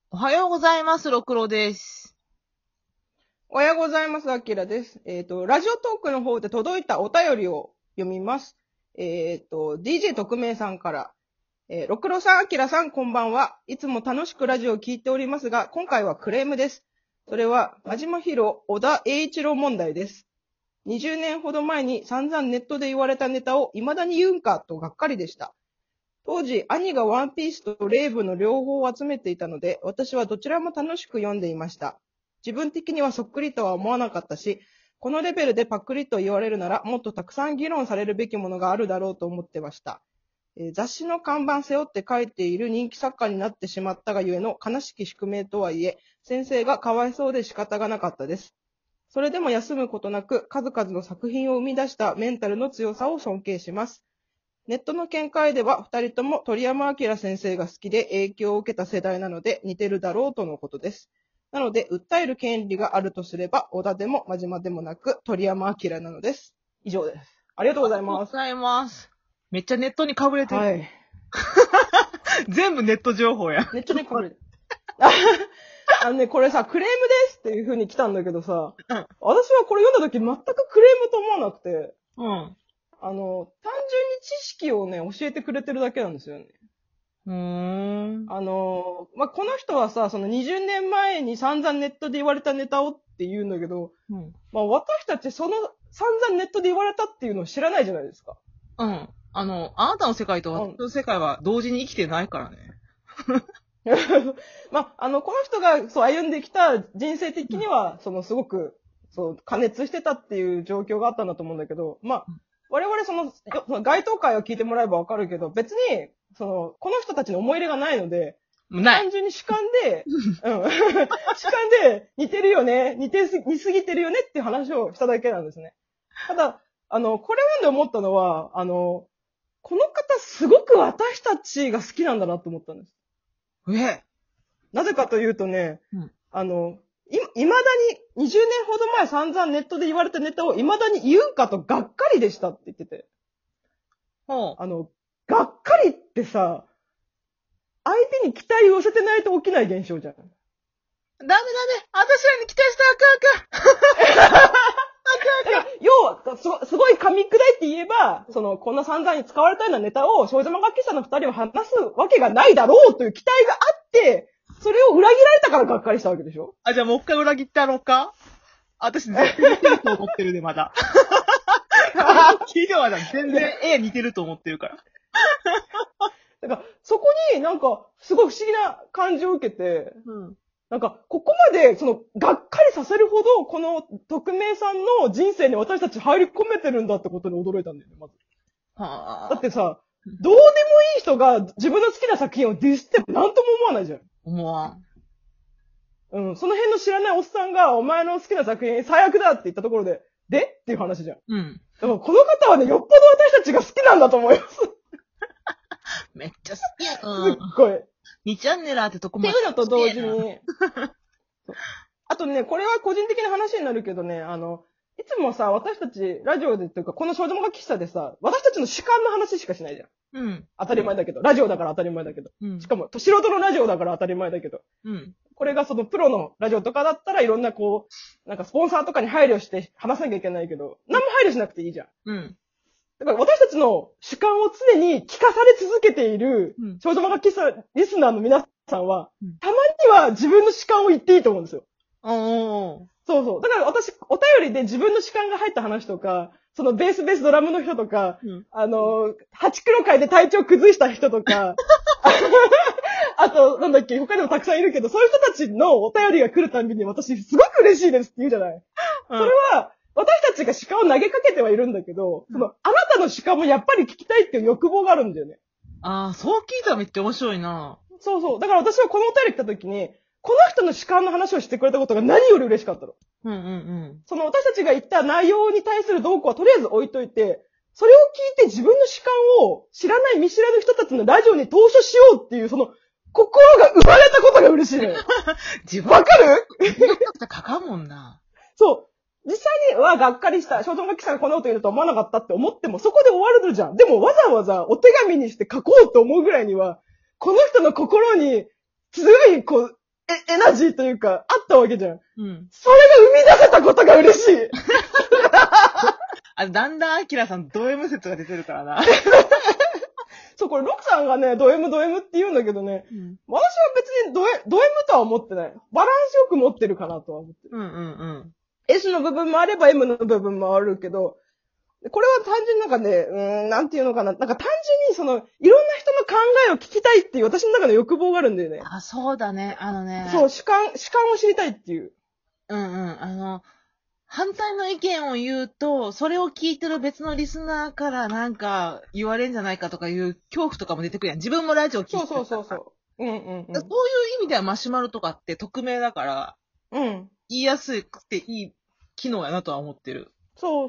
おはようございます、ろくろです。 おはようございます。あきらです。ラジオトークの方で届いたお便りを読みます。DJ 特命さんから、ろくろさん、あきらさん、こんばんは。いつも楽しくラジオを聞いておりますが、今回はクレームです。それは、真島ひろ、小田栄一郎問題です。20年ほど前に散々ネットで言われたネタを未だに言うんかとがっかりでした。当時、兄がワンピースとレイブの両方を集めていたので、私はどちらも楽しく読んでいました。自分的にはそっくりとは思わなかったし、このレベルでパクリと言われるなら、もっとたくさん議論されるべきものがあるだろうと思ってました。雑誌の看板背負って書いている人気作家になってしまったがゆえの悲しき宿命とはいえ、先生がかわいそうで仕方がなかったです。それでも休むことなく、数々の作品を生み出したメンタルの強さを尊敬します。ネットの見解では、二人とも鳥山明先生が好きで影響を受けた世代なので似てるだろうとのことです。なので、訴える権利があるとすれば、小田でも真島でもなく、鳥山明なのです。以上です。ありがとうございます。 ありがとうございます。めっちゃネットにかぶれてる。 はい。 全部ネット情報や。 ネットにかぶれてる。これさ、クレームですっていう風に来たんだけどさ、 うん。 私はこれ読んだ時全くクレームと思わなくて、 うん。 単純に知識をね、教えてくれてるだけなんですよね。この人はさ、その20年前に散々ネットで言われたネタをって言うんだけど、私たちその散々ネットで言われたっていうのを知らないじゃないですか。 うん。あなたの世界と私の世界は同時に生きてないからね。 この人がそう歩んできた人生的には、すごく、加熱してたっていう状況があったんだと思うんだけど、我々その該当会を聞いてもらえばわかるけど、別に、この人たちの思い入れがないので、単純に主観で、主観で似てるよね、似すぎてるよねっていう話をしただけなんですね。ただ、これ読んで思ったのは、この方すごく私たちが好きなんだなと思ったんです。なぜかというとね、未だに20年ほど前散々ネットで言われたネタを未だに言うんかとがっかりでしたって言ってて。がっかりってさ、相手に期待を寄せてないと起きない現象じゃん。 ダメ。私らに期待したらあかんか。 要は、すごい噛み砕いて言えば、こんな散々に使われたようなネタを少女漫画喫茶の二人は話すわけがないだろうという期待があって、それを裏切られたからがっかりしたわけでしょ？ じゃあもう一回裏切ってやろうか？私絶対似てると思ってるで、まだ。聞いては全然似てると思ってるから。 だから、そこにすごい不思議な感じを受けて、ここまで、がっかりさせるほど、この匿名さんの人生に私たち入り込めてるんだってことに驚いたんだよね、まず。だってさ、どうでもいい人が自分の好きな作品をディスってなんとも思わないじゃん。 思わん。その辺の知らないおっさんが、お前の好きな作品最悪だって言ったところで、っていう話じゃん。だからこの方はね、よっぽど私たちが好きなんだと思います。 めっちゃ好きや。 すっごい。 2チャンネラーってとこまで。 っていうのと同時に、あとね、これは個人的な話になるけどね、いつもさ、私たち、ラジオでっていうか、この少女漫画喫茶でさ、私たちの主観の話しかしないじゃん。当たり前だけど。ラジオだから当たり前だけど。しかも、素人のラジオだから当たり前だけど。これがプロのラジオとかだったらいろんなスポンサーとかに配慮して話さなきゃいけないけど、何も配慮しなくていいじゃん。だから私たちの主観を常に聞かされ続けている少女漫画喫茶リスナーの皆さんは、たまには自分の主観を言っていいと思うんですよ。そう。だから私、お便りで自分の主観が入った話とか、ベースドラムの人とか、ハチクロ会で体調崩した人とか、あと、他にもたくさんいるけど、そういう人たちのお便りが来るたびに私、すごく嬉しいですって言うじゃない。それは、私たちが主観を投げかけてはいるんだけど、あなたの主観もやっぱり聞きたいっていう欲望があるんだよね。 そう聞いたらめっちゃ面白いな。 そう。だから私はこのお便り来た時に、この人の主観の話をしてくれたことが何より嬉しかったの。私たちが言った内容に対する動向はとりあえず置いといて、それを聞いて自分の主観を知らない見知らぬ人たちのラジオに投書しようっていう心が生まれたことが嬉しいのよ。わかる？ 自分だったらかかんもんな。 そう。実際にはがっかりした、少女漫画喫茶がこんなこと言うと思わなかったって思っても、そこで終わるじゃん。でもわざわざお手紙にして書こうと思うぐらいには、この人の心に強い、 エナジーというか、あったわけじゃん。 うん。 それが生み出せたことが嬉しい。 だんだんアキラさんド M 説が出てるからな。 そう、これ、ロクさんがね、ド M って言うんだけどね、 うん。 私は別にド M とは思ってない。バランスよく持ってるかなとは思ってる。 うんうんうん。 S の部分もあれば M の部分もあるけど、これは単純になんかね、なんていうのかな。なんか単純にいろんな人の考えを聞きたいっていう私の中の欲望があるんだよね。 あ、そうだね。 そう、主観を知りたいっていう。 うんうん。反対の意見を言うと、それを聞いてる別のリスナーからなんか言われんじゃないかとかいう恐怖とかも出てくるやん。自分もラジオ聞いてるから。 そう。うんうんうん。 そういう意味ではマシュマロとかって匿名だから、 うん。 言いやすくていい機能やなとは思ってる。 そう。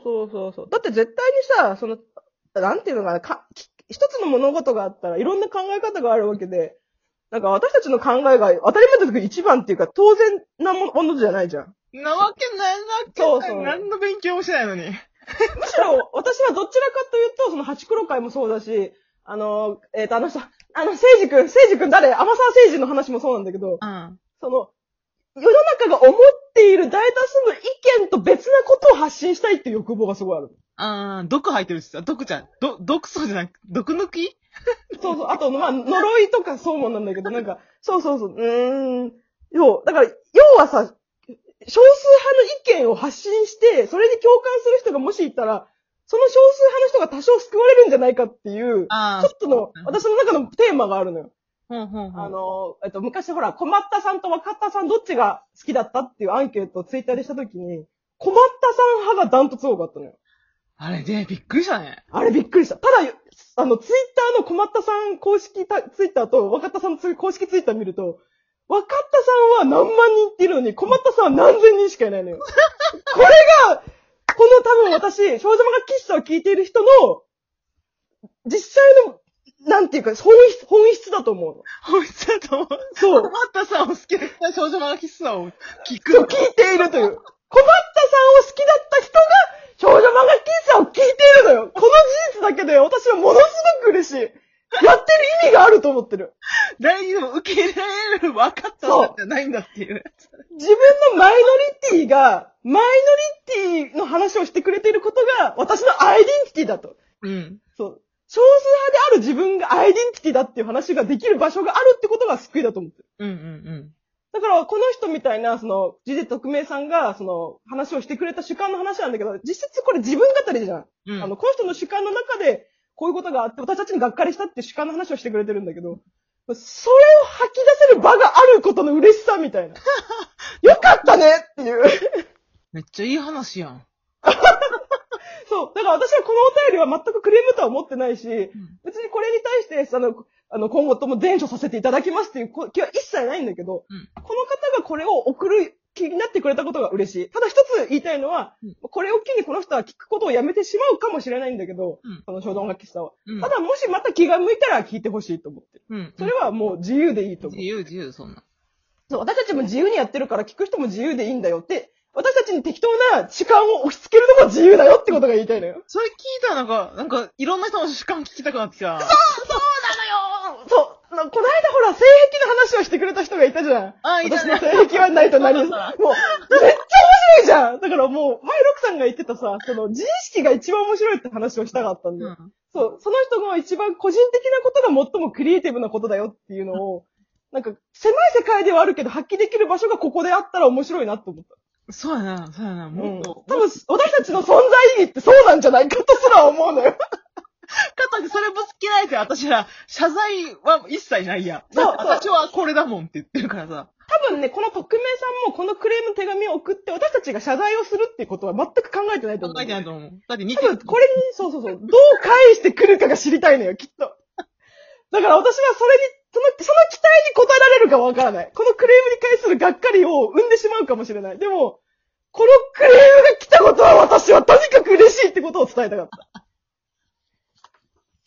だって絶対にさ、なんていうのかな、一つの物事があったらいろんな考え方があるわけで、なんか私たちの考えが当たり前だけど一番っていうか当然なものじゃないじゃん。 なわけない。 そう何の勉強もしてないのに。 むしろ私はどちらかというと、そのハチクロ会もそうだし、あの聖司君誰天沢聖司の話もそうなんだけど、 うん。 世の中が思っている大多数の意見と別なことを発信したいっていう欲望がすごいある。 毒吐いてるしさ、毒素じゃなく、毒抜きそう。あと、呪いとかそうもなんだけど、なんか、そう。だから、要はさ、少数派の意見を発信して、それに共感する人がもしいたら、その少数派の人が多少救われるんじゃないかっていう、ちょっとの、私の中のテーマがあるのよ。昔ほら、困ったさんと若ったさんどっちが好きだったっていうアンケートをツイッターでしたときに、困ったさん派がダントツ多かったのよ。 あれね、びっくりしたね。 あれびっくりした。ただ、ツイッターの困ったさん公式ツイッターと若ったさんの公式ツイッター見ると、若ったさんは何万人っているのに、困ったさんは何千人しかいないのよ。これが、多分私、少女漫画喫茶を聞いている人の、実際の、なんていうか、本質だと思うの。 本質だと思う。 そう。 困ったさんを好きだった少女漫画喫茶を聞く。 そう、聞いているという。困ったさんを好きだった人が、少女漫画喫茶を聞いているのよ。この事実だけで私はものすごく嬉しい。やってる意味があると思ってる。 誰にも受け入れられる分かったんじゃないんだっていう。 自分のマイノリティが、マイノリティの話をしてくれていることが、私のアイデンティティだと。 うん。 そう。少数派である自分がアイデンティティだっていう話ができる場所があるってことが救いだと思ってる。だから、この人みたいな、事実匿名さんが、話をしてくれた主観の話なんだけど、実質これ自分語りじゃん。この人の主観の中で、こういうことがあって、私たちにがっかりしたっていう主観の話をしてくれてるんだけど、それを吐き出せる場があることの嬉しさみたいな。よかったねっていう。 めっちゃいい話やん。 そう。だから私はこのお便りは全くクレームとは思ってないし、別にこれに対して、今後とも伝書させていただきますっていう気は一切ないんだけど、この方がこれを送る気になってくれたことが嬉しい。ただ一つ言いたいのは、これを機にこの人は聞くことをやめてしまうかもしれないんだけど、この衝動音楽喫茶は。ただもしまた気が向いたら聞いてほしいと思ってる。それはもう自由でいいと思う。 自由、そんな。 そう、私たちも自由にやってるから聞く人も自由でいいんだよって、私たちに適当な主観を押し付けるのも自由だよってことが言いたいのよ。 それ聞いたらなんか、いろんな人の主観聞きたくなってきた。 そうなのよ。そう。この間ほら、性癖の話をしてくれた人がいたじゃん。私の性癖はないと何もう、めっちゃ面白いじゃん。だからもう、前ロクさんが言ってたさ、自意識が一番面白いって話をしたかったんだよ。そう、その人が一番個人的なことが最もクリエイティブなことだよっていうのを、なんか、狭い世界ではあるけど、発揮できる場所がここであったら面白いなって思った。 そうやな、もっと。 多分、私たちの存在意義ってそうなんじゃないかとすら思うのよ。 かといってそれぶつけないで私ら、謝罪は一切ないや。そう。私はこれだもんって言ってるからさ。 多分ね、この匿名さんもこのクレームの手紙を送って私たちが謝罪をするっていうことは全く考えてないと思う。 考えてないと思う。だって多分これに、そう。どう返してくるかが知りたいのよ、きっと。だから私はそれに、その期待に応えられるかわからない。このクレームに対するがっかりを生んでしまうかもしれない。でも、このクレームが来たことは私はとにかく嬉しいってことを伝えたかった。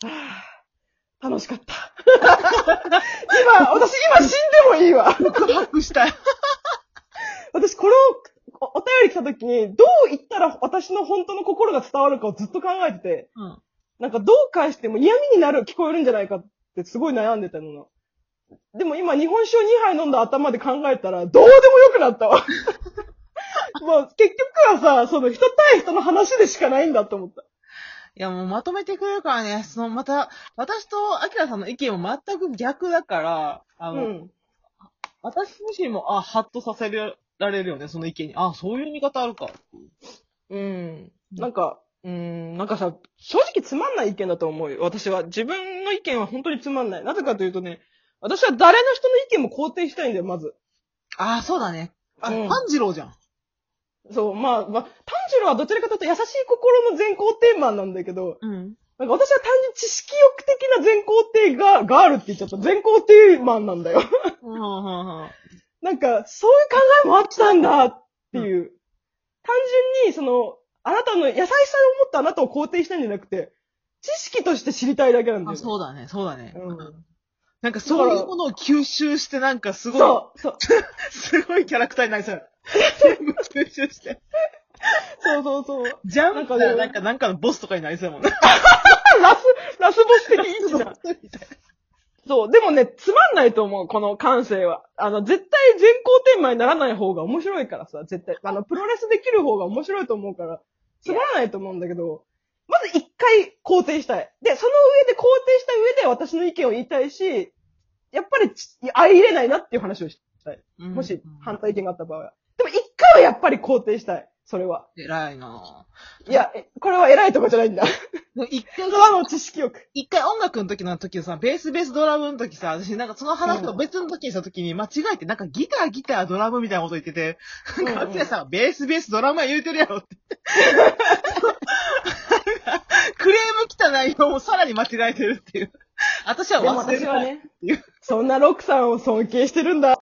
楽しかった。私今死んでもいいわ。 告白したい。 私これをお便り来た時に、どう言ったら私の本当の心が伝わるかをずっと考えてて、なんかどう返しても嫌味に聞こえるんじゃないかってすごい悩んでたの。 でも今日本酒を2杯飲んだ頭で考えたら、どうでもよくなったわ。もう結局はさ、その人対人の話でしかないんだと思った。 いや、もうまとめてくれるからね、また、私とアキラさんの意見も全く逆だから、私自身も、ハッとさせられるよね、その意見に。そういう見方あるか。 なんかさ、正直つまんない意見だと思うよ。私は。自分の意見は本当につまんない。なぜかというとね、私は誰の人の意見も肯定したいんだよ、まず。 そうだね。炭治郎じゃん。 そう、炭治郎はどちらかというと優しい心の全肯定マンなんだけど、なんか私は単純に知識欲的な全肯定ガールって言っちゃった。全肯定マンなんだよ。なんか、そういう考えもあったんだっていう。単純に、あなたの優しさを持ったあなたを肯定したいんじゃなくて、知識として知りたいだけなんだよ、ね。 そうだね。なんかそういうものを吸収してなんかすごい、すごいキャラクターになりそう。全部吸収して。 そう。 ジャンプがなんかのボスとかになりそうやもんね。 ラスボス的位置だ。そう、でもね、つまんないと思う、この感性は。絶対全肯定マンにならない方が面白いからさ、絶対。プロレスできる方が面白いと思うから、つまらないと思うんだけど、まず一回肯定したい。で、その上で肯定した上で私の意見を言いたいし、やっぱり相入れないなっていう話をしたい。もし反対意見があった場合は。でも一回はやっぱり肯定したい。それは。 偉いなぁ。 いや、これは偉いとこじゃないんだ。 一回の知識欲。 一回音楽の時さ、ベースドラムの時さ、私なんかその話と別の時にした時に間違えてなんかギター、ドラムみたいなこと言ってて、なんかあっちがさ、ベース、ドラムは言うてるやろって。クレーム来た内容をさらに間違えてるっていう。私は忘れてない。 でも私はね、そんなロックさんを尊敬してるんだ。